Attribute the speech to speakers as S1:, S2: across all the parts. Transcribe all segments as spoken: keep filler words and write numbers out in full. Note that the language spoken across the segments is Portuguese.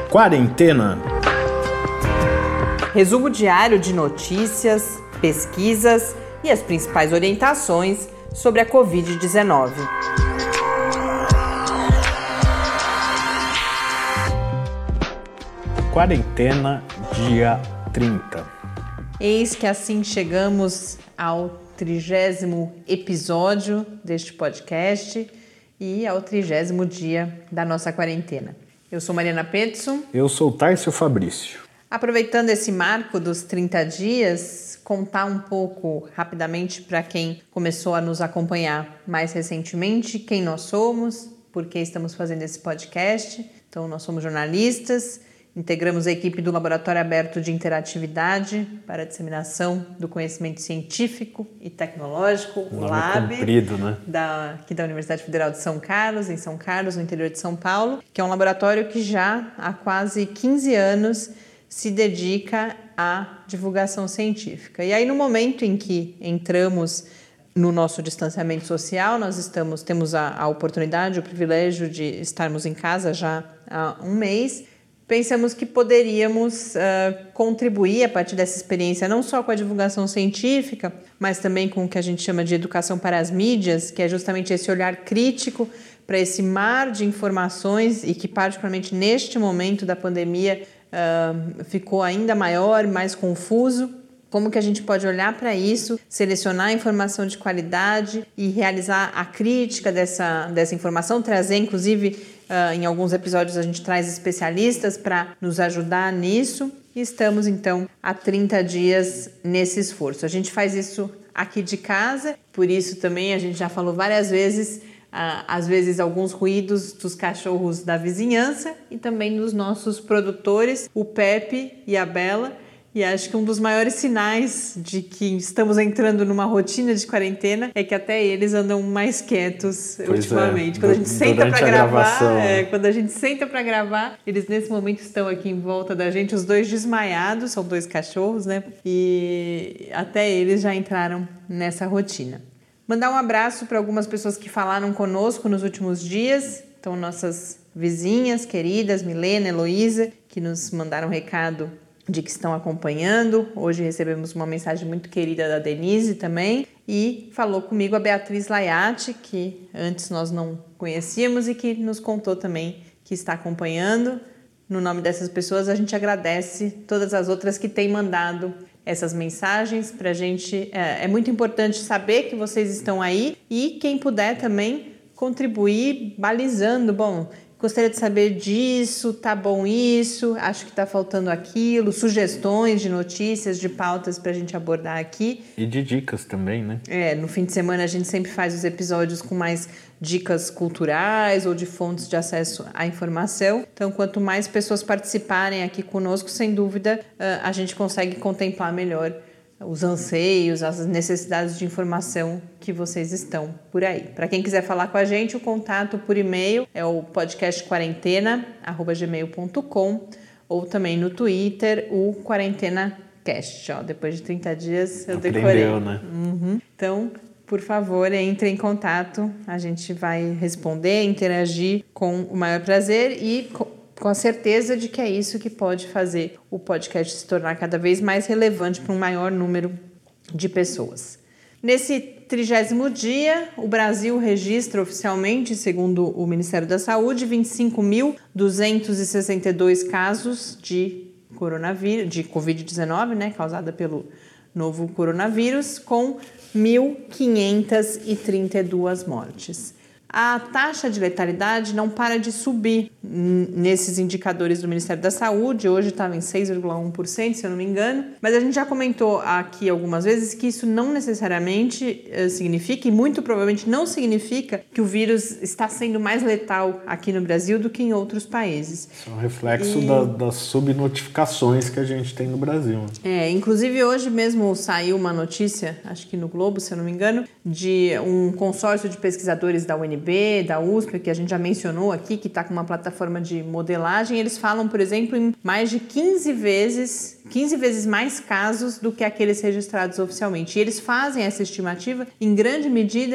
S1: Quarentena.
S2: Resumo diário de notícias, pesquisas e as principais orientações sobre a covid dezenove.
S1: Quarentena, dia trinta.
S2: Eis que assim chegamos ao trigésimo episódio deste podcast e ao trigésimo dia da nossa quarentena. Eu sou Mariana Petson.
S1: Eu sou Tárcio Fabrício.
S2: Aproveitando esse marco dos trinta dias, contar um pouco rapidamente para quem começou a nos acompanhar mais recentemente, quem nós somos, por que estamos fazendo esse podcast. Então, nós somos jornalistas, integramos a equipe do Laboratório Aberto de Interatividade para a Disseminação do Conhecimento Científico e Tecnológico, o LAB,
S1: comprido, né?
S2: da, aqui da Universidade Federal de São Carlos, em São Carlos, no interior de São Paulo, que é um laboratório que já há quase quinze anos se dedica à divulgação científica. E aí, no momento em que entramos no nosso distanciamento social, nós estamos, temos a, a oportunidade, o privilégio de estarmos em casa já há um mês, pensamos que poderíamos uh, contribuir a partir dessa experiência, não só com a divulgação científica, mas também com o que a gente chama de educação para as mídias, que é justamente esse olhar crítico para esse mar de informações e que, particularmente neste momento da pandemia, uh, ficou ainda maior, mais confuso. Como que a gente pode olhar para isso, selecionar a informação de qualidade e realizar a crítica dessa, dessa informação, trazer, inclusive, uh, em alguns episódios a gente traz especialistas para nos ajudar nisso. E estamos, então, há trinta dias nesse esforço. A gente faz isso aqui de casa, por isso também a gente já falou várias vezes, uh, às vezes alguns ruídos dos cachorros da vizinhança e também dos nossos produtores, o Pepe e a Bela. E acho que um dos maiores sinais de que estamos entrando numa rotina de quarentena é que até eles andam mais quietos pois ultimamente. É. Quando a gente senta para gravar, é, quando a gente senta para gravar, eles nesse momento estão aqui em volta da gente, os dois desmaiados, são dois cachorros, né? E até eles já entraram nessa rotina. Mandar um abraço para algumas pessoas que falaram conosco nos últimos dias. Então, nossas vizinhas queridas, Milena, Heloísa, que nos mandaram um recado de que estão acompanhando. Hoje recebemos uma mensagem muito querida da Denise também. E falou comigo a Beatriz Laiati, que antes nós não conhecíamos e que nos contou também que está acompanhando. No nome dessas pessoas, a gente agradece todas as outras que têm mandado essas mensagens para a gente. É, é muito importante saber que vocês estão aí e quem puder também contribuir balizando. Bom, gostaria de saber disso, tá bom isso, acho que tá faltando aquilo, sugestões de notícias, de pautas pra gente abordar aqui.
S1: E de dicas também, né?
S2: É, no fim de semana a gente sempre faz os episódios com mais dicas culturais ou de fontes de acesso à informação. Então, quanto mais pessoas participarem aqui conosco, sem dúvida, a gente consegue contemplar melhor os anseios, as necessidades de informação que vocês estão por aí. Para quem quiser falar com a gente, o contato por e-mail é o podcast quarentena arroba gmail ponto com ou também no Twitter, o QuarentenaCast. Ó, depois de trinta dias eu
S1: Aprendeu,
S2: decorei.
S1: Né?
S2: Uhum. Então, por favor, entre em contato. A gente vai responder, interagir com o maior prazer e com a certeza de que é isso que pode fazer o podcast se tornar cada vez mais relevante para um maior número de pessoas. Nesse trigésimo dia, o Brasil registra oficialmente, segundo o Ministério da Saúde, vinte e cinco mil duzentos e sessenta e dois casos de coronavírus, de covid dezenove, né, causada pelo novo coronavírus, com mil quinhentas e trinta e duas mortes. A taxa de letalidade não para de subir nesses indicadores do Ministério da Saúde. Hoje estava em seis vírgula um por cento, se eu não me engano. Mas a gente já comentou aqui algumas vezes que isso não necessariamente significa, e muito provavelmente não significa, que o vírus está sendo mais letal aqui no Brasil do que em outros países.
S1: Isso é um reflexo
S2: e...
S1: da, das subnotificações que a gente tem no Brasil.
S2: É, inclusive hoje mesmo saiu uma notícia, acho que no Globo, se eu não me engano, de um consórcio de pesquisadores da U N B, da U S P, que a gente já mencionou aqui, que está com uma plataforma de modelagem. Eles falam, por exemplo, em mais de quinze vezes, quinze vezes mais casos do que aqueles registrados oficialmente. E eles fazem essa estimativa, em grande medida,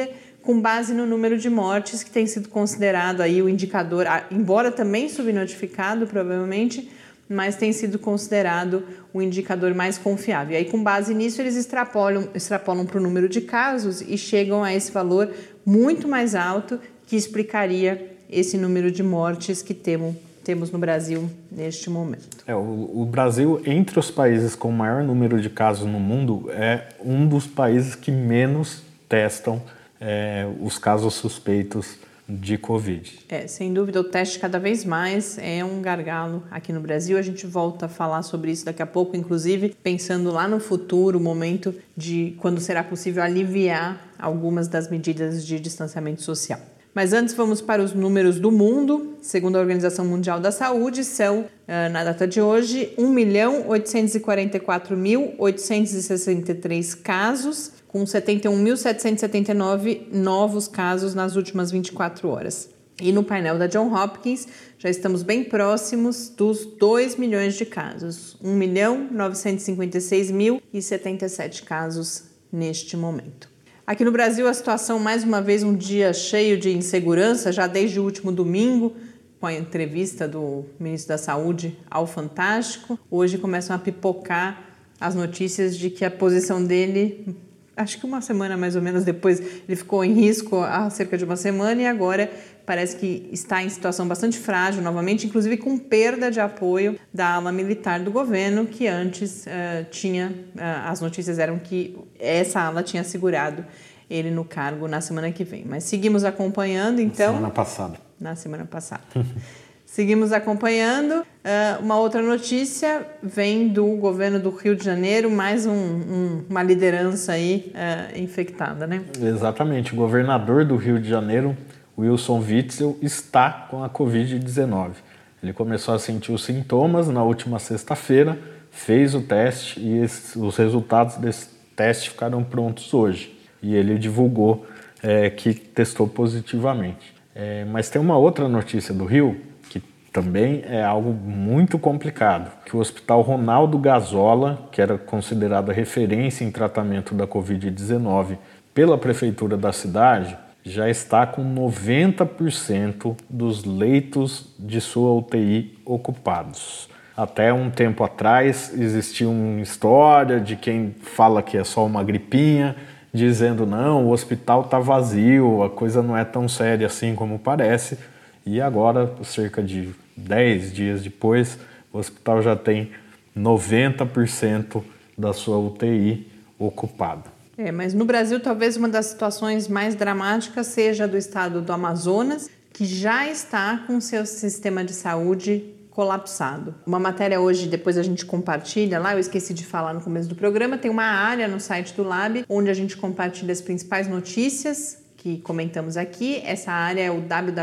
S2: com base no número de mortes que tem sido considerado aí o indicador, embora também subnotificado provavelmente, mas tem sido considerado o indicador mais confiável. E aí, com base nisso, eles extrapolam, extrapolam para o número de casos e chegam a esse valor muito mais alto que explicaria esse número de mortes que temos, temos no Brasil neste momento.
S1: É, o, o Brasil, entre os países com o maior número de casos no mundo, é um dos países que menos testam é, os casos suspeitos de Covid.
S2: É, sem dúvida, o teste cada vez mais é um gargalo aqui no Brasil. A gente volta a falar sobre isso daqui a pouco, inclusive pensando lá no futuro, o momento de quando será possível aliviar algumas das medidas de distanciamento social. Mas antes vamos para os números do mundo. Segundo a Organização Mundial da Saúde, são, na data de hoje, um milhão oitocentos e quarenta e quatro mil oitocentos e sessenta e três casos, com setenta e um mil setecentos e setenta e nove novos casos nas últimas vinte e quatro horas. E no painel da Johns Hopkins, já estamos bem próximos dos dois milhões de casos. um milhão novecentos e cinquenta e seis mil e setenta e sete casos neste momento. Aqui no Brasil, a situação, mais uma vez, um dia cheio de insegurança, já desde o último domingo, com a entrevista do ministro da Saúde ao Fantástico. Hoje começam a pipocar as notícias de que a posição dele, acho que uma semana mais ou menos depois, ele ficou em risco há cerca de uma semana e agora parece que está em situação bastante frágil novamente, inclusive com perda de apoio da ala militar do governo, que antes uh, tinha, uh, as notícias eram que essa ala tinha segurado ele no cargo na semana que vem. Mas seguimos acompanhando, então...
S1: Semana passada.
S2: Na semana passada. Seguimos acompanhando. Uh, uma outra notícia vem do governo do Rio de Janeiro, mais um, um, uma liderança aí uh, infectada, né?
S1: Exatamente. O governador do Rio de Janeiro, Wilson Witzel, está com a covid dezenove. Ele começou a sentir os sintomas na última sexta-feira, fez o teste e esse, os resultados desse teste ficaram prontos hoje. E ele divulgou é, que testou positivamente. É, mas tem uma outra notícia do Rio, que também é algo muito complicado, que o Hospital Ronaldo Gazola, que era considerado a referência em tratamento da covid dezenove pela prefeitura da cidade, já está com noventa por cento dos leitos de sua U T I ocupados. Até um tempo atrás existia uma história de quem fala que é só uma gripinha, dizendo não, o hospital está vazio, a coisa não é tão séria assim como parece. E agora, cerca de dez dias depois, o hospital já tem noventa por cento da sua U T I ocupada.
S2: É, mas no Brasil, talvez uma das situações mais dramáticas seja do estado do Amazonas, que já está com seu sistema de saúde colapsado. Uma matéria hoje, depois a gente compartilha lá, eu esqueci de falar no começo do programa, tem uma área no site do Lab, onde a gente compartilha as principais notícias que comentamos aqui. Essa área é o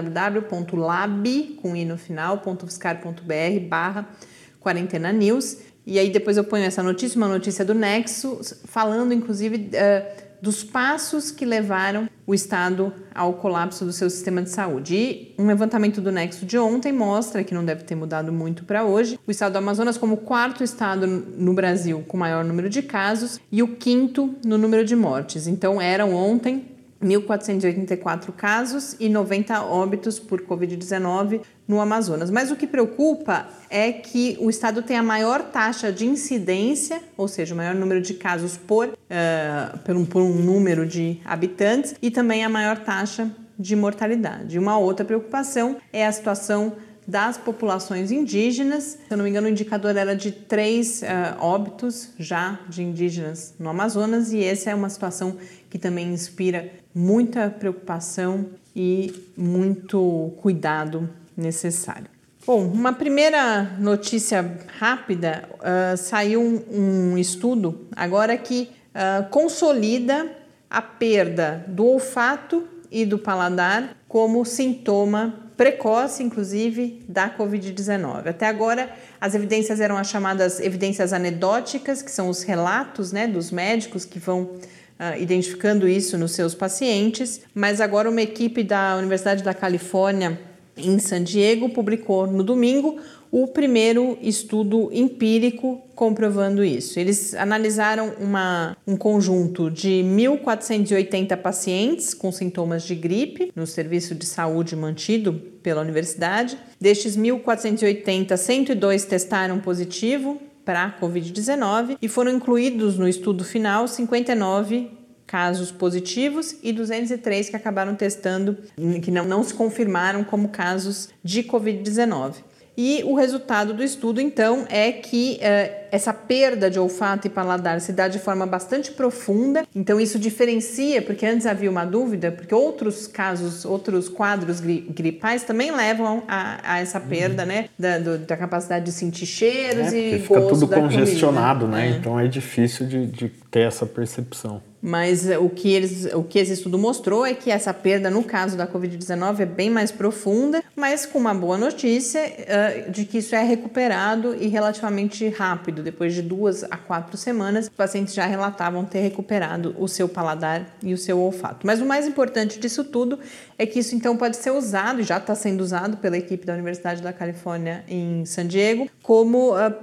S2: www.lab, com i no final, .fiscar.br barra quarentena news. E aí depois eu ponho essa notícia, uma notícia do Nexo, falando inclusive uh, dos passos que levaram o estado ao colapso do seu sistema de saúde. E um levantamento do Nexo de ontem mostra, que não deve ter mudado muito para hoje, o estado do Amazonas como o quarto estado no Brasil com maior número de casos e o quinto no número de mortes. Então eram ontem mil quatrocentos e oitenta e quatro casos e noventa óbitos por covid dezenove no Amazonas. Mas o que preocupa é que o estado tem a maior taxa de incidência, ou seja, o maior número de casos por, uh, por, um, por um número de habitantes e também a maior taxa de mortalidade. Uma outra preocupação é a situação das populações indígenas. Se eu não me engano, o indicador era de três uh, óbitos já de indígenas no Amazonas, e essa é uma situação que também inspira muita preocupação e muito cuidado necessário. Bom, uma primeira notícia rápida, uh, saiu um, um estudo agora que uh, consolida a perda do olfato e do paladar como sintoma precoce, inclusive, da covid dezenove. Até agora, as evidências eram as chamadas evidências anedóticas, que são os relatos, né, dos médicos que vão uh, identificando isso nos seus pacientes, mas agora uma equipe da Universidade da Califórnia em San Diego, publicou no domingo o primeiro estudo empírico comprovando isso. Eles analisaram uma, um conjunto de mil quatrocentos e oitenta pacientes com sintomas de gripe no serviço de saúde mantido pela universidade. Destes mil quatrocentos e oitenta, cento e dois testaram positivo para a covid dezenove e foram incluídos no estudo final cinquenta e nove casos positivos e duzentos e três que acabaram testando, que não, não se confirmaram como casos de covid dezenove. E o resultado do estudo, então, é que uh, essa perda de olfato e paladar se dá de forma bastante profunda. Então, isso diferencia, porque antes havia uma dúvida, porque outros casos, outros quadros gri- gripais também levam a, a essa perda, uhum. né, da, do, da capacidade de sentir cheiros é, e
S1: fica
S2: gosto
S1: tudo
S2: da
S1: congestionado,
S2: comida,
S1: né?
S2: É.
S1: Então, é difícil de, de ter essa percepção.
S2: Mas o que, eles, o que esse estudo mostrou é que essa perda, no caso da covid dezenove, é bem mais profunda, mas com uma boa notícia uh, de que isso é recuperado e relativamente rápido. Depois de duas a quatro semanas, os pacientes já relatavam ter recuperado o seu paladar e o seu olfato. Mas o mais importante disso tudo é que isso então pode ser usado, e já está sendo usado pela equipe da Universidade da Califórnia em San Diego, como uh,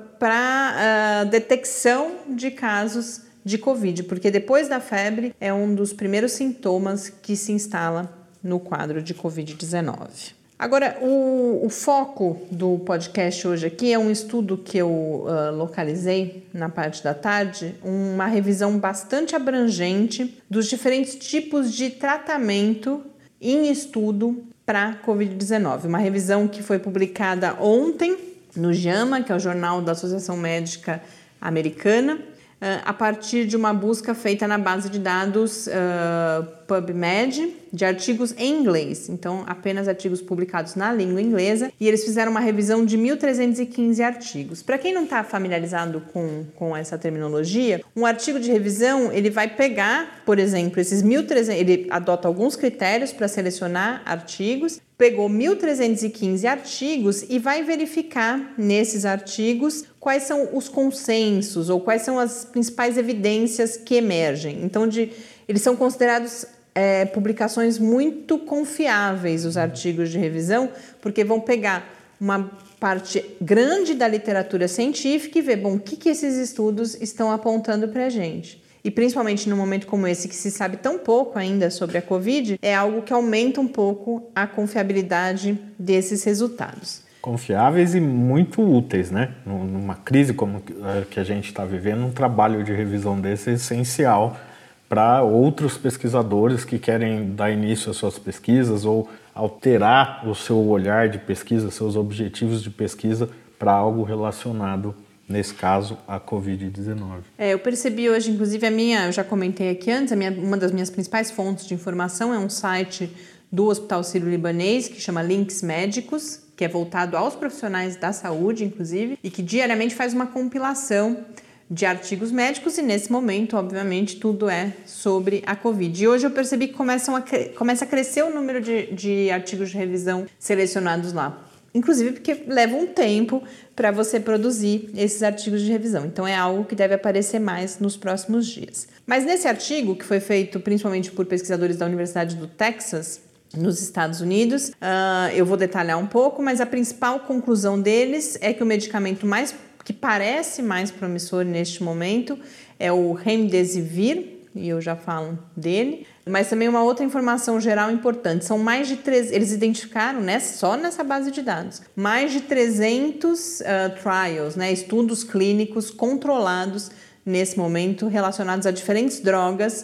S2: para uh, detecção de casos de Covid, porque depois da febre é um dos primeiros sintomas que se instala no quadro de covid dezenove. Agora, o, o foco do podcast hoje aqui é um estudo que eu uh, localizei na parte da tarde, uma revisão bastante abrangente dos diferentes tipos de tratamento em estudo para covid dezenove. Uma revisão que foi publicada ontem no JAMA, que é o Jornal da Associação Médica Americana, a partir de uma busca feita na base de dados uh, PubMed de artigos em inglês, então apenas artigos publicados na língua inglesa, e eles fizeram uma revisão de mil trezentos e quinze artigos. Para quem não está familiarizado com, com essa terminologia, um artigo de revisão ele vai pegar, por exemplo, esses mil e trezentos, ele adota alguns critérios para selecionar artigos, pegou mil trezentos e quinze artigos e vai verificar nesses artigos quais são os consensos ou quais são as principais evidências que emergem. Então, de, eles são considerados é, publicações muito confiáveis, os artigos de revisão, porque vão pegar uma parte grande da literatura científica e ver, bom, o que, que esses estudos estão apontando para a gente. E principalmente num momento como esse, que se sabe tão pouco ainda sobre a Covid, é algo que aumenta um pouco a confiabilidade desses resultados.
S1: Confiáveis e muito úteis, né? Numa crise como a que a gente está vivendo, um trabalho de revisão desse é essencial para outros pesquisadores que querem dar início às suas pesquisas ou alterar o seu olhar de pesquisa, seus objetivos de pesquisa para algo relacionado, nesse caso, a covid dezenove.
S2: É, eu percebi hoje, inclusive, a minha, eu já comentei aqui antes, a minha, uma das minhas principais fontes de informação é um site do Hospital Sírio-Libanês que chama Links Médicos, que é voltado aos profissionais da saúde, inclusive, e que diariamente faz uma compilação de artigos médicos e, nesse momento, obviamente, tudo é sobre a Covid. E hoje eu percebi que começam a, começa a crescer o número de, de artigos de revisão selecionados lá. Inclusive porque leva um tempo para você produzir esses artigos de revisão. Então é algo que deve aparecer mais nos próximos dias. Mas nesse artigo, que foi feito principalmente por pesquisadores da Universidade do Texas, nos Estados Unidos, uh, eu vou detalhar um pouco, mas a principal conclusão deles é que o medicamento mais, que parece mais promissor neste momento é o Remdesivir, e eu já falo dele. Mas também uma outra informação geral importante, são mais de três, eles identificaram, né, só nessa base de dados, mais de trezentos uh, trials, né, estudos clínicos controlados nesse momento relacionados a diferentes drogas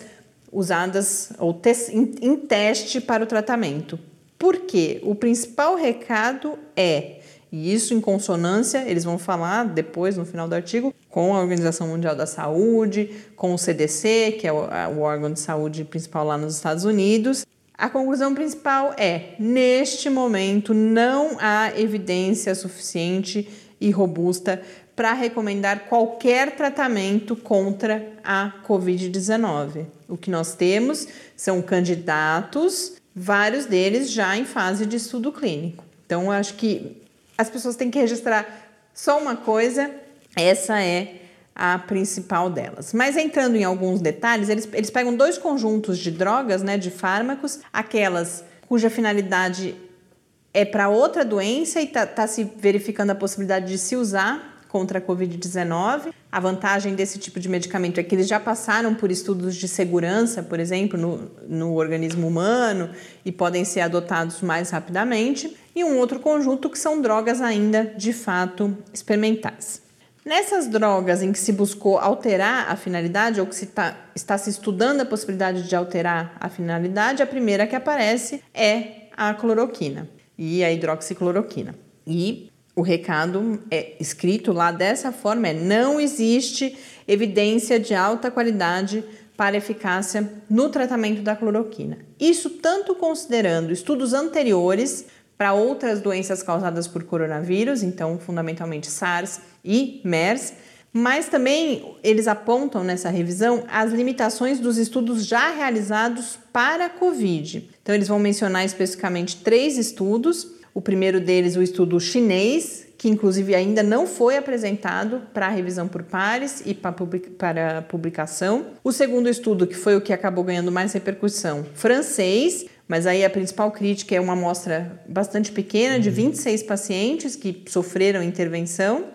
S2: usadas ou te- em, em teste para o tratamento. Por quê? O principal recado é, e isso em consonância, eles vão falar depois no final do artigo, com a Organização Mundial da Saúde, com o C D C, que é o, o órgão de saúde principal lá nos Estados Unidos. A conclusão principal é, neste momento, não há evidência suficiente e robusta para recomendar qualquer tratamento contra a covid dezenove. O que nós temos são candidatos, vários deles já em fase de estudo clínico. Então, eu acho que as pessoas têm que registrar só uma coisa, essa é a principal delas. Mas entrando em alguns detalhes, eles, eles pegam dois conjuntos de drogas, né, de fármacos, aquelas cuja finalidade é para outra doença e está tá se verificando a possibilidade de se usar contra a covid dezenove. A vantagem desse tipo de medicamento é que eles já passaram por estudos de segurança, por exemplo, no, no organismo humano e podem ser adotados mais rapidamente. E um outro conjunto que são drogas ainda, de fato, experimentais. Nessas drogas em que se buscou alterar a finalidade ou que se tá, está se estudando a possibilidade de alterar a finalidade, a primeira que aparece é a cloroquina e a hidroxicloroquina. E o recado é escrito lá dessa forma, é: não existe evidência de alta qualidade para eficácia no tratamento da cloroquina. Isso tanto considerando estudos anteriores para outras doenças causadas por coronavírus, então fundamentalmente SARS e MERS, mas também eles apontam nessa revisão as limitações dos estudos já realizados para a COVID. Então eles vão mencionar especificamente três estudos. O primeiro deles, o estudo chinês, que inclusive ainda não foi apresentado para revisão por pares e para publicação. O segundo estudo, que foi o que acabou ganhando mais repercussão, francês, mas aí a principal crítica é uma amostra bastante pequena de vinte e seis pacientes que sofreram intervenção.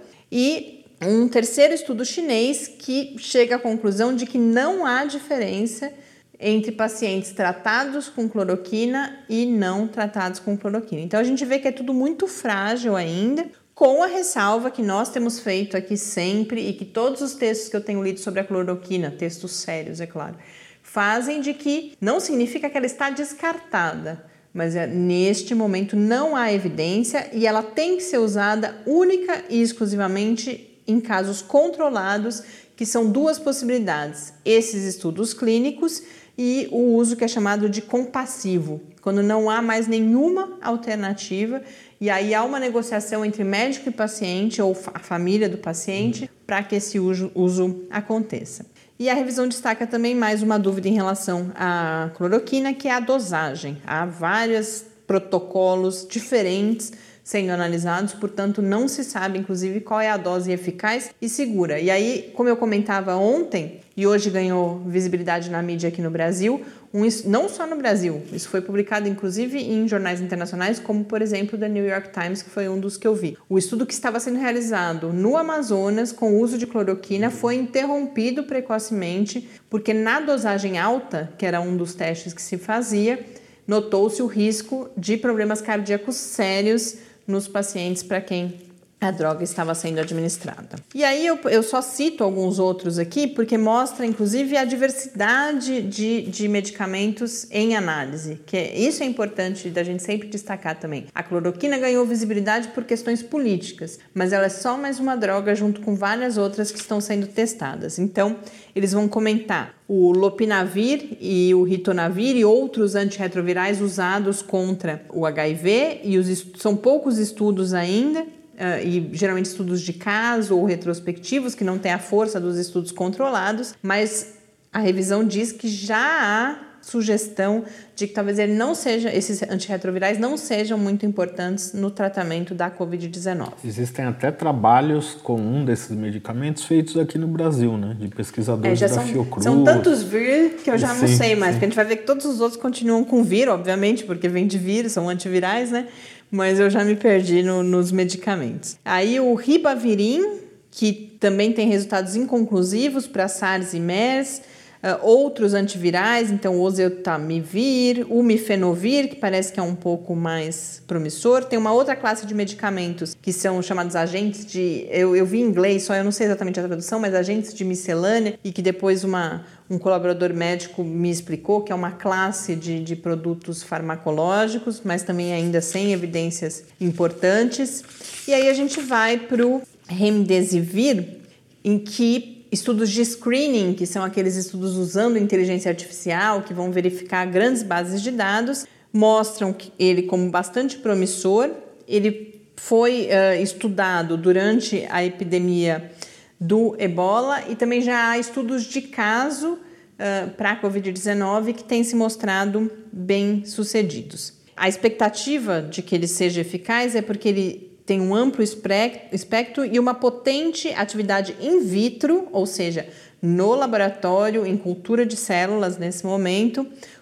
S2: E um terceiro estudo chinês que chega à conclusão de que não há diferença entre pacientes tratados com cloroquina e não tratados com cloroquina. Então a gente vê que é tudo muito frágil ainda, com a ressalva que nós temos feito aqui sempre e que todos os textos que eu tenho lido sobre a cloroquina, textos sérios, é claro, fazem de que não significa que ela está descartada, mas é, neste momento não há evidência e ela tem que ser usada única e exclusivamente em casos controlados, que são duas possibilidades: esses estudos clínicos e o uso que é chamado de compassivo, quando não há mais nenhuma alternativa e aí há uma negociação entre médico e paciente ou a família do paciente para que esse uso, uso aconteça. E a revisão destaca também mais uma dúvida em relação à cloroquina, que é a dosagem. Há vários protocolos diferentes sendo analisados, portanto não se sabe inclusive qual é a dose eficaz e segura. E aí, como eu comentava ontem, e hoje ganhou visibilidade na mídia aqui no Brasil, um, não só no Brasil, isso foi publicado inclusive em jornais internacionais, como por exemplo da New York Times, que foi um dos que eu vi. O estudo que estava sendo realizado no Amazonas com o uso de cloroquina foi interrompido precocemente, porque na dosagem alta, que era um dos testes que se fazia, notou-se o risco de problemas cardíacos sérios nos pacientes para quem a droga estava sendo administrada. E aí eu, eu só cito alguns outros aqui, porque mostra inclusive a diversidade de, de medicamentos em análise, que é, isso é importante da gente sempre destacar também. A cloroquina ganhou visibilidade por questões políticas, mas ela é só mais uma droga junto com várias outras que estão sendo testadas. Então, eles vão comentar o lopinavir e o ritonavir e outros antirretrovirais usados contra o H I V, e os, são poucos estudos ainda, Uh, e geralmente estudos de caso ou retrospectivos, que não têm a força dos estudos controlados, mas a revisão diz que já há sugestão de que talvez ele não seja, esses antirretrovirais não sejam muito importantes no tratamento da covid dezenove.
S1: Existem até trabalhos com um desses medicamentos feitos aqui no Brasil, né? De pesquisadores
S2: é,
S1: da
S2: são,
S1: Fiocruz.
S2: São tantos vir que eu já sim, não sei mais,
S1: sim.
S2: porque a gente vai ver que todos os outros continuam com vir, obviamente, porque vem de vírus, são antivirais, né? Mas eu já me perdi no, nos medicamentos. Aí o ribavirin, que também tem resultados inconclusivos para SARS e MERS, Uh, outros antivirais, então o oseltamivir, o mifenovir, que parece que é um pouco mais promissor. Tem uma outra classe de medicamentos que são chamados agentes de... Eu, eu vi em inglês, só eu não sei exatamente a tradução, mas agentes de miscelânea, e que depois uma, um colaborador médico me explicou que é uma classe de, de produtos farmacológicos, mas também ainda sem evidências importantes. E aí a gente vai para o remdesivir, em que estudos de screening, que são aqueles estudos usando inteligência artificial, que vão verificar grandes bases de dados, mostram ele como bastante promissor. Ele foi uh, estudado durante a epidemia do ebola e também já há estudos de caso uh, para a covid dezenove que têm se mostrado bem sucedidos. A expectativa de que ele seja eficaz é porque ele tem um amplo espectro e uma potente atividade in vitro, ou seja, no laboratório, em cultura de células nesse momento,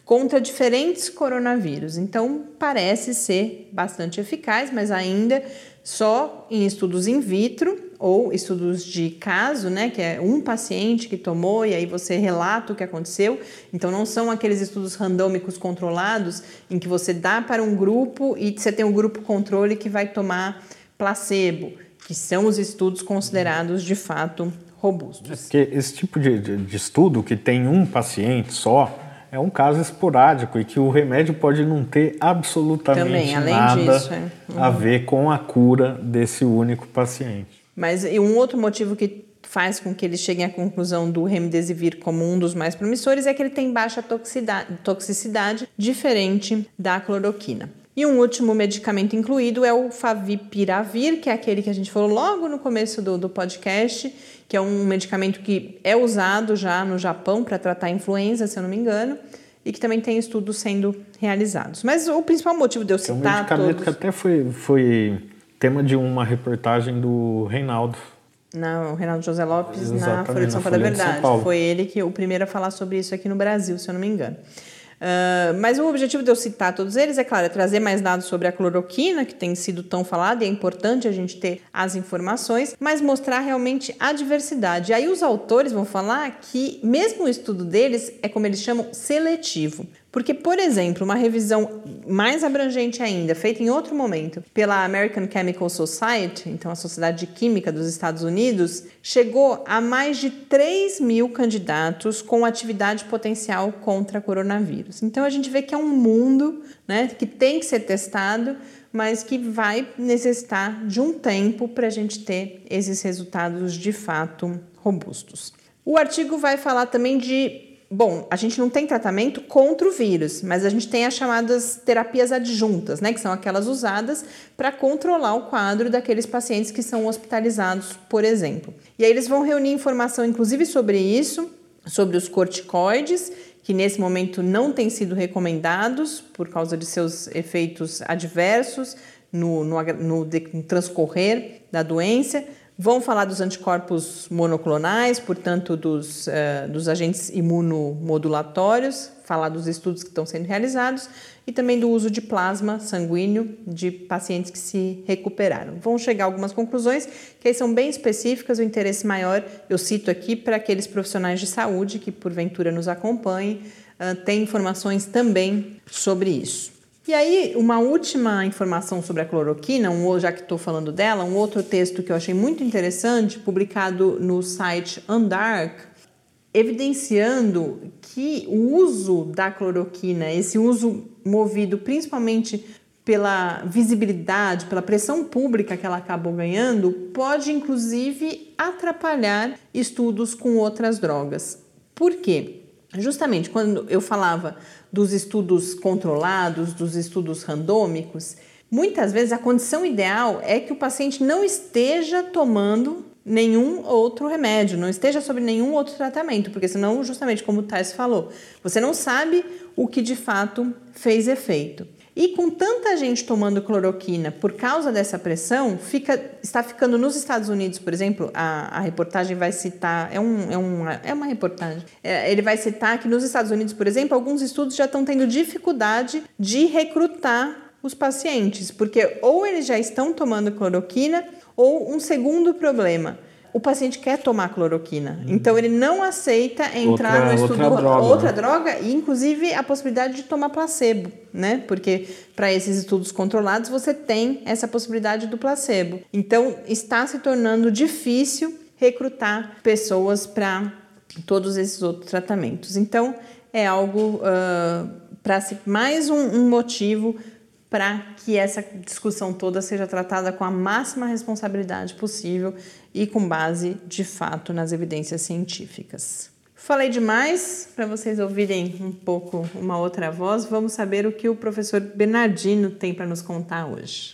S2: contra diferentes coronavírus. Então, parece ser bastante eficaz, mas ainda só em estudos in vitro ou estudos de caso, né, que é um paciente que tomou e aí você relata o que aconteceu. Então, não são aqueles estudos randômicos controlados em que você dá para um grupo e você tem um grupo controle que vai tomar placebo, que são os estudos considerados de fato robustos.
S1: É porque esse tipo de, de, de estudo que tem um paciente só é um caso esporádico e que o remédio pode não ter absolutamente
S2: Também, além
S1: nada
S2: disso, é. Uhum.
S1: a ver com a cura desse único paciente.
S2: Mas e um outro motivo que faz com que eles cheguem à conclusão do remdesivir como um dos mais promissores é que ele tem baixa toxicidade, toxicidade diferente da cloroquina. E um último medicamento incluído é o favipiravir, que é aquele que a gente falou logo no começo do, do podcast, que é um medicamento que é usado já no Japão para tratar influenza, se eu não me engano, e que também tem estudos sendo realizados. Mas o principal motivo de eu citar
S1: todos... É um medicamento
S2: todos...
S1: que até foi, foi tema de uma reportagem do Reinaldo.
S2: Não, o Reinaldo José Lopes,
S1: Exatamente,
S2: na Folha de São Paulo, é verdade.
S1: Paulo.
S2: Foi ele que o primeiro a falar sobre isso aqui no Brasil, se eu não me engano. Uh, mas o objetivo de eu citar todos eles, é claro, é trazer mais dados sobre a cloroquina, que tem sido tão falado, e é importante a gente ter as informações, mas mostrar realmente a diversidade. E aí os autores vão falar que mesmo o estudo deles é, como eles chamam, seletivo. Porque, por exemplo, uma revisão mais abrangente ainda, feita em outro momento, pela American Chemical Society, então a Sociedade de Química dos Estados Unidos, chegou a mais de três mil candidatos com atividade potencial contra coronavírus. Então a gente vê que é um mundo, né, que tem que ser testado, mas que vai necessitar de um tempo para a gente ter esses resultados de fato robustos. O artigo vai falar também de... Bom, a gente não tem tratamento contra o vírus, mas a gente tem as chamadas terapias adjuntas, né, que são aquelas usadas para controlar o quadro daqueles pacientes que são hospitalizados, por exemplo. E aí eles vão reunir informação, inclusive, sobre isso, sobre os corticoides, que nesse momento não têm sido recomendados por causa de seus efeitos adversos no, no, no, no transcorrer da doença. Vão falar dos anticorpos monoclonais, portanto, dos, uh, dos agentes imunomodulatórios, falar dos estudos que estão sendo realizados e também do uso de plasma sanguíneo de pacientes que se recuperaram. Vão chegar a algumas conclusões que aí são bem específicas, o interesse maior eu cito aqui para aqueles profissionais de saúde que porventura nos acompanhem, uh, tem informações também sobre isso. E aí, uma última informação sobre a cloroquina, um, já que estou falando dela, um outro texto que eu achei muito interessante, publicado no site Undark, evidenciando que o uso da cloroquina, esse uso movido principalmente pela visibilidade, pela pressão pública que ela acabou ganhando, pode inclusive atrapalhar estudos com outras drogas. Por quê? Justamente quando eu falava dos estudos controlados, dos estudos randômicos, muitas vezes a condição ideal é que o paciente não esteja tomando nenhum outro remédio, não esteja sob nenhum outro tratamento, porque senão, justamente como o Tais falou, você não sabe o que de fato fez efeito. E com tanta gente tomando cloroquina por causa dessa pressão, fica, está ficando nos Estados Unidos, por exemplo, a, a reportagem vai citar, é, um, é, um, é uma reportagem, é, ele vai citar que nos Estados Unidos, por exemplo, alguns estudos já estão tendo dificuldade de recrutar os pacientes, porque ou eles já estão tomando cloroquina, ou um segundo problema, o paciente quer tomar cloroquina, uhum. Então ele não aceita entrar outra, no estudo outra droga, outra droga e inclusive a possibilidade de tomar placebo, né? Porque para esses estudos controlados você tem essa possibilidade do placebo. Então está se tornando difícil recrutar pessoas para todos esses outros tratamentos. Então é algo uh, para mais um, um motivo para que essa discussão toda seja tratada com a máxima responsabilidade possível e com base, de fato, nas evidências científicas. Falei demais, para vocês ouvirem um pouco uma outra voz, vamos saber o que o professor Bernardino tem para nos contar hoje.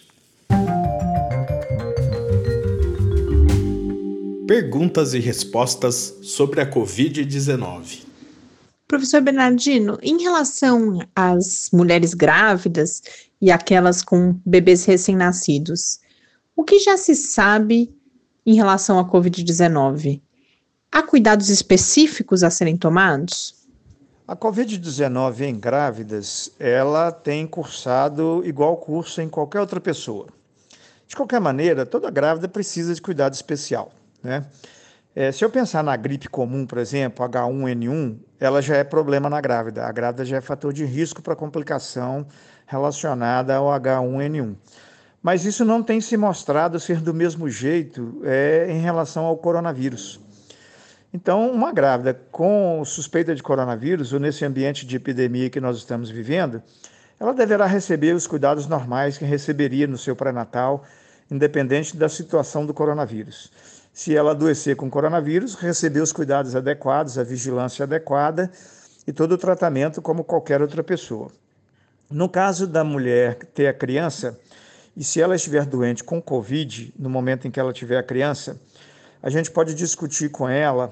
S3: Perguntas e respostas sobre a covid dezenove.
S2: Professor Bernardino, em relação às mulheres grávidas e aquelas com bebês recém-nascidos, o que já se sabe em relação à covid dezenove? Há cuidados específicos a serem tomados?
S4: A covid dezenove em grávidas, ela tem cursado igual curso em qualquer outra pessoa. De qualquer maneira, toda grávida precisa de cuidado especial, né? É, se eu pensar na gripe comum, por exemplo, H um N um, ela já é problema na grávida. A grávida já é fator de risco para complicação relacionada ao H um N um. Mas isso não tem se mostrado ser do mesmo jeito é, em relação ao coronavírus. Então, uma grávida com suspeita de coronavírus, ou nesse ambiente de epidemia que nós estamos vivendo, ela deverá receber os cuidados normais que receberia no seu pré-natal, independente da situação do coronavírus. Se ela adoecer com coronavírus, receber os cuidados adequados, a vigilância adequada e todo o tratamento como qualquer outra pessoa. No caso da mulher ter a criança, e se ela estiver doente com Covid, no momento em que ela tiver a criança, a gente pode discutir com ela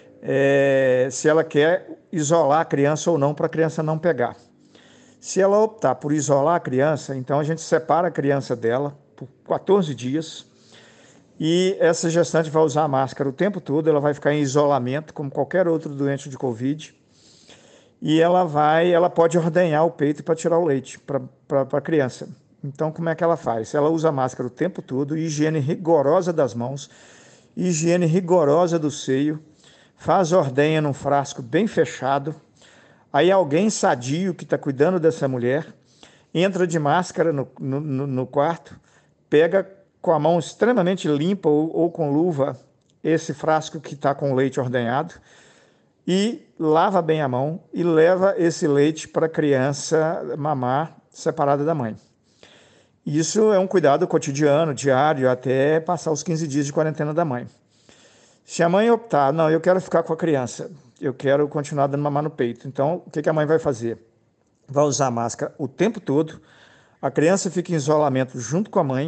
S4: é, se ela quer isolar a criança ou não, para a criança não pegar. Se ela optar por isolar a criança, então a gente separa a criança dela por quatorze dias e essa gestante vai usar a máscara o tempo todo, ela vai ficar em isolamento, como qualquer outro doente de Covid, e ela vai, ela pode ordenhar o peito para tirar o leite para a criança. Então, como é que ela faz? Ela usa a máscara o tempo todo, higiene rigorosa das mãos, higiene rigorosa do seio, faz ordenha num frasco bem fechado. Aí alguém sadio que está cuidando dessa mulher entra de máscara no, no, no quarto, pega com a mão extremamente limpa ou, ou com luva esse frasco que está com leite ordenhado e lava bem a mão e leva esse leite para a criança mamar separada da mãe. Isso é um cuidado cotidiano, diário, até passar os quinze dias de quarentena da mãe. Se a mãe optar, não, eu quero ficar com a criança, eu quero continuar dando mamar no peito, então o que, que a mãe vai fazer? Vai usar a máscara o tempo todo, a criança fica em isolamento junto com a mãe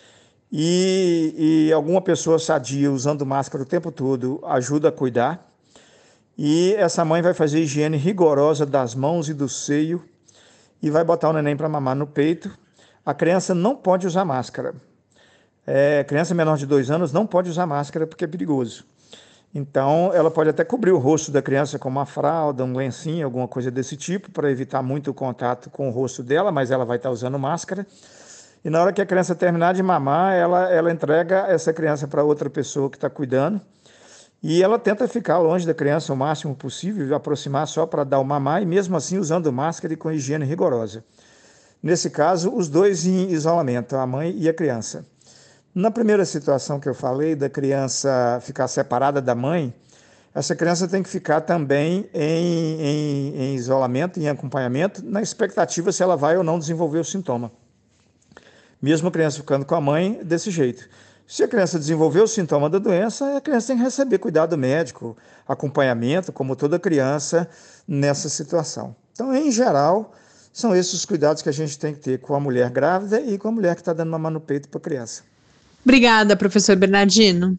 S4: e, e alguma pessoa sadia usando máscara o tempo todo ajuda a cuidar. E essa mãe vai fazer higiene rigorosa das mãos e do seio e vai botar o neném para mamar no peito. A criança não pode usar máscara. É, criança menor de dois anos não pode usar máscara porque é perigoso. Então, ela pode até cobrir o rosto da criança com uma fralda, um lencinho, alguma coisa desse tipo, para evitar muito o contato com o rosto dela, mas ela vai estar usando máscara. E na hora que a criança terminar de mamar, ela, ela entrega essa criança para outra pessoa que está cuidando. E ela tenta ficar longe da criança o máximo possível, aproximar só para dar o mamar, e mesmo assim usando máscara e com higiene rigorosa. Nesse caso, os dois em isolamento, a mãe e a criança. Na primeira situação que eu falei, da criança ficar separada da mãe, essa criança tem que ficar também em, em, em isolamento, em acompanhamento, na expectativa se ela vai ou não desenvolver o sintoma. Mesmo a criança ficando com a mãe, desse jeito. Se a criança desenvolver o sintoma da doença, a criança tem que receber cuidado médico, acompanhamento, como toda criança nessa situação. Então, em geral, são esses os cuidados que a gente tem que ter com a mulher grávida e com a mulher que está dando mamar no peito para a criança.
S2: Obrigada, professor Bernardino.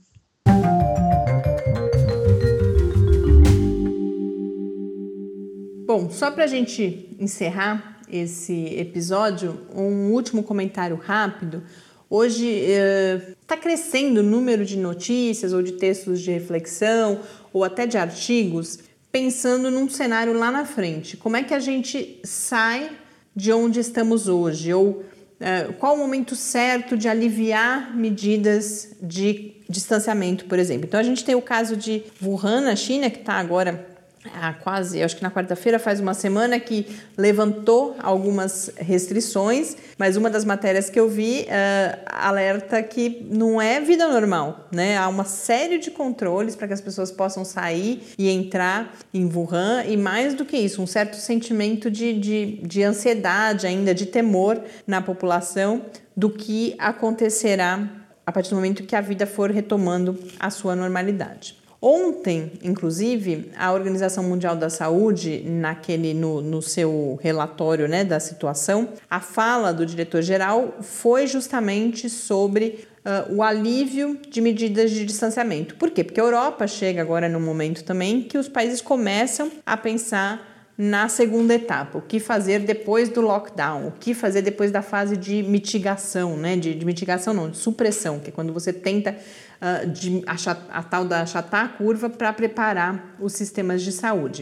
S2: Bom, só para a gente encerrar esse episódio, um último comentário rápido. Hoje está uh, crescendo o número de notícias ou de textos de reflexão ou até de artigos pensando num cenário lá na frente. Como é que a gente sai de onde estamos hoje? Ou uh, qual o momento certo de aliviar medidas de distanciamento, por exemplo? Então a gente tem o caso de Wuhan, na China, que está agora há quase, acho que na quarta-feira faz uma semana, que levantou algumas restrições, mas uma das matérias que eu vi uh, alerta que não é vida normal, né? Há uma série de controles para que as pessoas possam sair e entrar em Wuhan, e mais do que isso, um certo sentimento de, de, de ansiedade ainda, de temor na população do que acontecerá a partir do momento que a vida for retomando a sua normalidade. Ontem, inclusive, a Organização Mundial da Saúde, naquele, no, no seu relatório, né, da situação, a fala do diretor-geral foi justamente sobre uh, o alívio de medidas de distanciamento. Por quê? Porque a Europa chega agora num momento também que os países começam a pensar na segunda etapa, o que fazer depois do lockdown, o que fazer depois da fase de mitigação, né, de, de mitigação não, de supressão, que é quando você tenta Uh, de achat, a tal da achatar a curva para preparar os sistemas de saúde.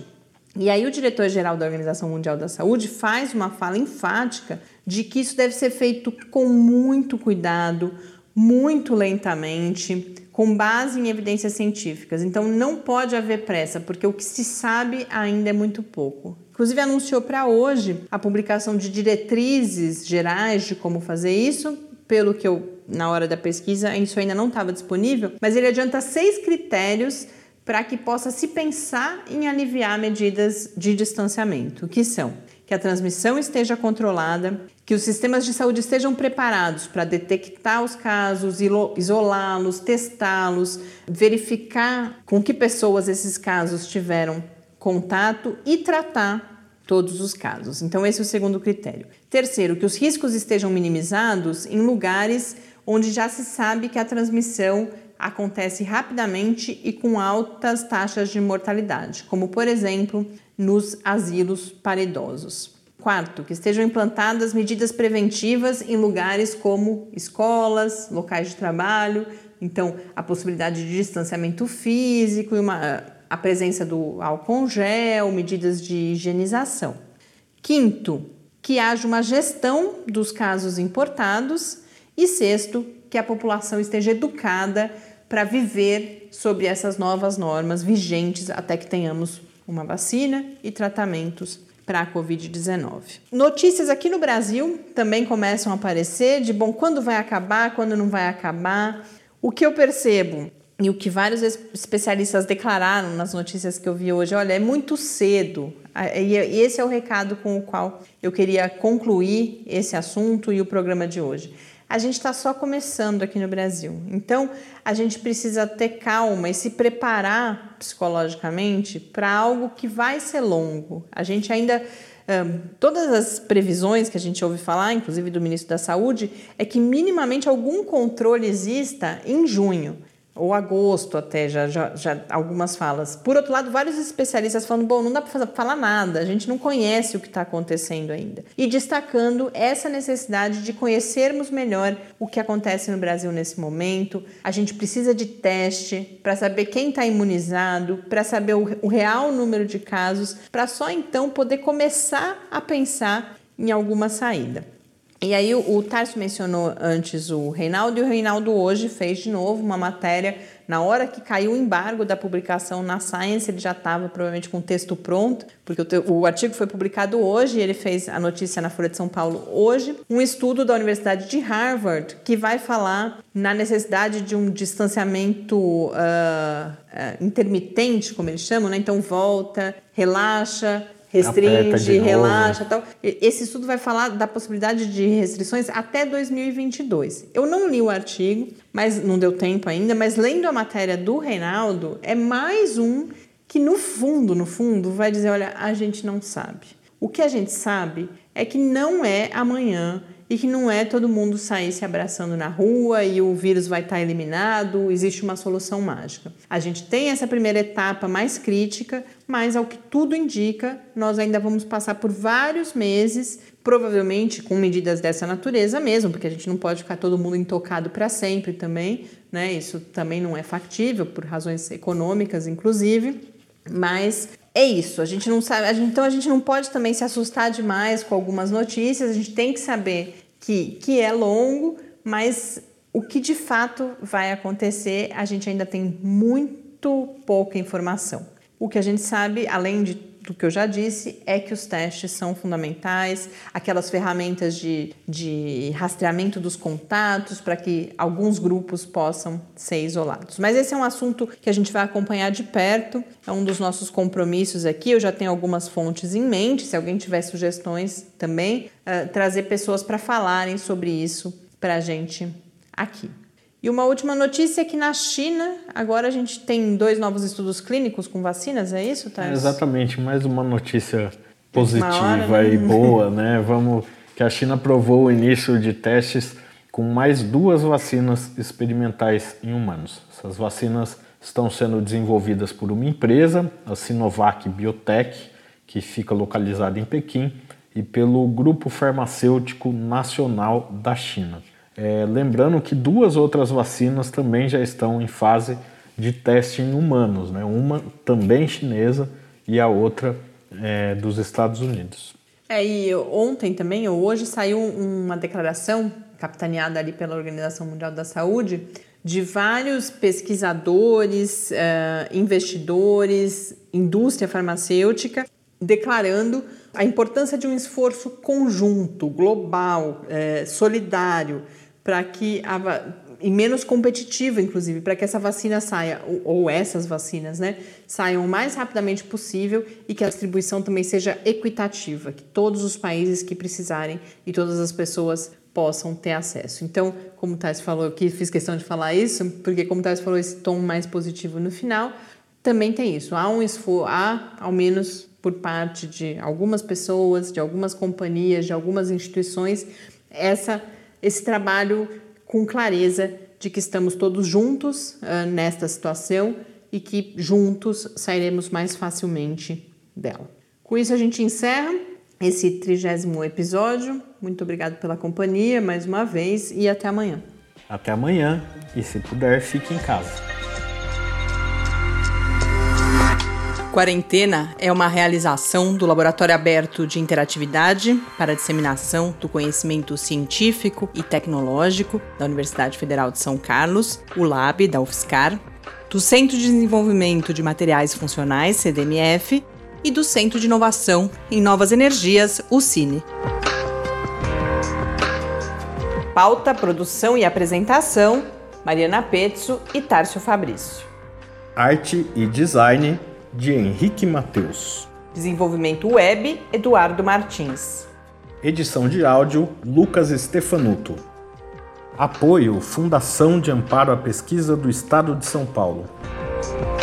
S2: E aí o diretor-geral da Organização Mundial da Saúde faz uma fala enfática de que isso deve ser feito com muito cuidado, muito lentamente, com base em evidências científicas. Então não pode haver pressa, porque o que se sabe ainda é muito pouco. Inclusive anunciou para hoje a publicação de diretrizes gerais de como fazer isso, pelo que eu, na hora da pesquisa, isso ainda não estava disponível, mas ele adianta seis critérios para que possa se pensar em aliviar medidas de distanciamento, que são que a transmissão esteja controlada, que os sistemas de saúde estejam preparados para detectar os casos, isolá-los, testá-los, verificar com que pessoas esses casos tiveram contato e tratar todos os casos. Então esse é o segundo critério. Terceiro, que os riscos estejam minimizados em lugares onde já se sabe que a transmissão acontece rapidamente e com altas taxas de mortalidade, como, por exemplo, nos asilos para idosos. Quarto, que estejam implantadas medidas preventivas em lugares como escolas, locais de trabalho, então a possibilidade de distanciamento físico e uma, a presença do álcool gel, medidas de higienização. Quinto, que haja uma gestão dos casos importados. E sexto, que a população esteja educada para viver sobre essas novas normas vigentes até que tenhamos uma vacina e tratamentos para a covid dezenove. Notícias aqui no Brasil também começam a aparecer de, bom, quando vai acabar, quando não vai acabar. O que eu percebo e o que vários especialistas declararam nas notícias que eu vi hoje, olha, é muito cedo. E esse é o recado com o qual eu queria concluir esse assunto e o programa de hoje. A gente está só começando aqui no Brasil. Então, a gente precisa ter calma e se preparar psicologicamente para algo que vai ser longo. A gente ainda... Um, todas as previsões que a gente ouve falar, inclusive do ministro da Saúde, é que minimamente algum controle exista em junho. Ou agosto até, já, já, já algumas falas. Por outro lado, vários especialistas falando, bom, não dá para falar nada, a gente não conhece o que está acontecendo ainda. E destacando essa necessidade de conhecermos melhor o que acontece no Brasil nesse momento. A gente precisa de teste para saber quem está imunizado, para saber o, o real número de casos, para só então poder começar a pensar em alguma saída. E aí o, o Tarso mencionou antes o Reinaldo, e o Reinaldo hoje fez de novo uma matéria, na hora que caiu o embargo da publicação na Science, ele já estava provavelmente com o texto pronto, porque o, te, o artigo foi publicado hoje, e ele fez a notícia na Folha de São Paulo hoje, um estudo da Universidade de Harvard, que vai falar na necessidade de um distanciamento uh, uh, intermitente, como eles chamam, né? Então volta, relaxa, restringe, relaxa e tal. Esse estudo vai falar da possibilidade de restrições até dois mil e vinte e dois. Eu não li o artigo, mas não deu tempo ainda, mas lendo a matéria do Reinaldo, é mais um que no fundo, no fundo, vai dizer, olha, a gente não sabe. O que a gente sabe é que não é amanhã e que não é todo mundo sair se abraçando na rua e o vírus vai estar eliminado, existe uma solução mágica. A gente tem essa primeira etapa mais crítica, mas ao que tudo indica, nós ainda vamos passar por vários meses, provavelmente com medidas dessa natureza mesmo, porque a gente não pode ficar todo mundo intocado para sempre também, né? Isso também não é factível, por razões econômicas, inclusive, mas é isso, a gente não sabe, a gente, então a gente não pode também se assustar demais com algumas notícias, a gente tem que saber que, que é longo, mas o que de fato vai acontecer, a gente ainda tem muito pouca informação. O que a gente sabe, além de do que eu já disse, é que os testes são fundamentais, aquelas ferramentas de, de rastreamento dos contatos para que alguns grupos possam ser isolados. Mas esse é um assunto que a gente vai acompanhar de perto, é um dos nossos compromissos aqui, eu já tenho algumas fontes em mente, se alguém tiver sugestões também, uh, trazer pessoas para falarem sobre isso para a gente aqui. E uma última notícia é que na China, agora a gente tem dois novos estudos clínicos com vacinas, é isso, Thales?
S1: É exatamente, mais uma notícia positiva
S2: hora, né?
S1: e boa, né? Vamos, que a China aprovou o início de testes com mais duas vacinas experimentais em humanos. Essas vacinas estão sendo desenvolvidas por uma empresa, a Sinovac Biotech, que fica localizada em Pequim, e pelo Grupo Farmacêutico Nacional da China. É, lembrando que duas outras vacinas também já estão em fase de teste em humanos, né? Uma também chinesa e a outra é, dos Estados Unidos.
S2: É, e ontem também, ou hoje, saiu uma declaração capitaneada ali pela Organização Mundial da Saúde de vários pesquisadores, uh, investidores, indústria farmacêutica, declarando a importância de um esforço conjunto, global, eh, solidário, para que a, e menos competitivo, inclusive, para que essa vacina saia, ou, ou essas vacinas, né, saiam o mais rapidamente possível e que a distribuição também seja equitativa, que todos os países que precisarem e todas as pessoas possam ter acesso. Então, como o Tarso falou, eu fiz questão de falar isso, porque como o Tarso falou, esse tom mais positivo no final, também tem isso. Há um esforço, há, ao menos por parte de algumas pessoas, de algumas companhias, de algumas instituições, essa, esse trabalho com clareza de que estamos todos juntos uh, nesta situação e que juntos sairemos mais facilmente dela. Com isso a gente encerra esse trigésimo episódio. Muito obrigado pela companhia mais uma vez e até amanhã.
S1: Até amanhã e, se puder, fique em casa.
S2: Quarentena é uma realização do Laboratório Aberto de Interatividade para a Disseminação do Conhecimento Científico e Tecnológico da Universidade Federal de São Carlos, o LAB da UFSCar, do Centro de Desenvolvimento de Materiais Funcionais, C D M F, e do Centro de Inovação em Novas Energias, o Cine. Pauta, produção e apresentação, Mariana Pezzo e Tárcio Fabrício.
S1: Arte e design de Henrique Mateus.
S2: Desenvolvimento web, Eduardo Martins.
S1: Edição de áudio, Lucas Stefanuto. Apoio, Fundação de Amparo à Pesquisa do Estado de São Paulo.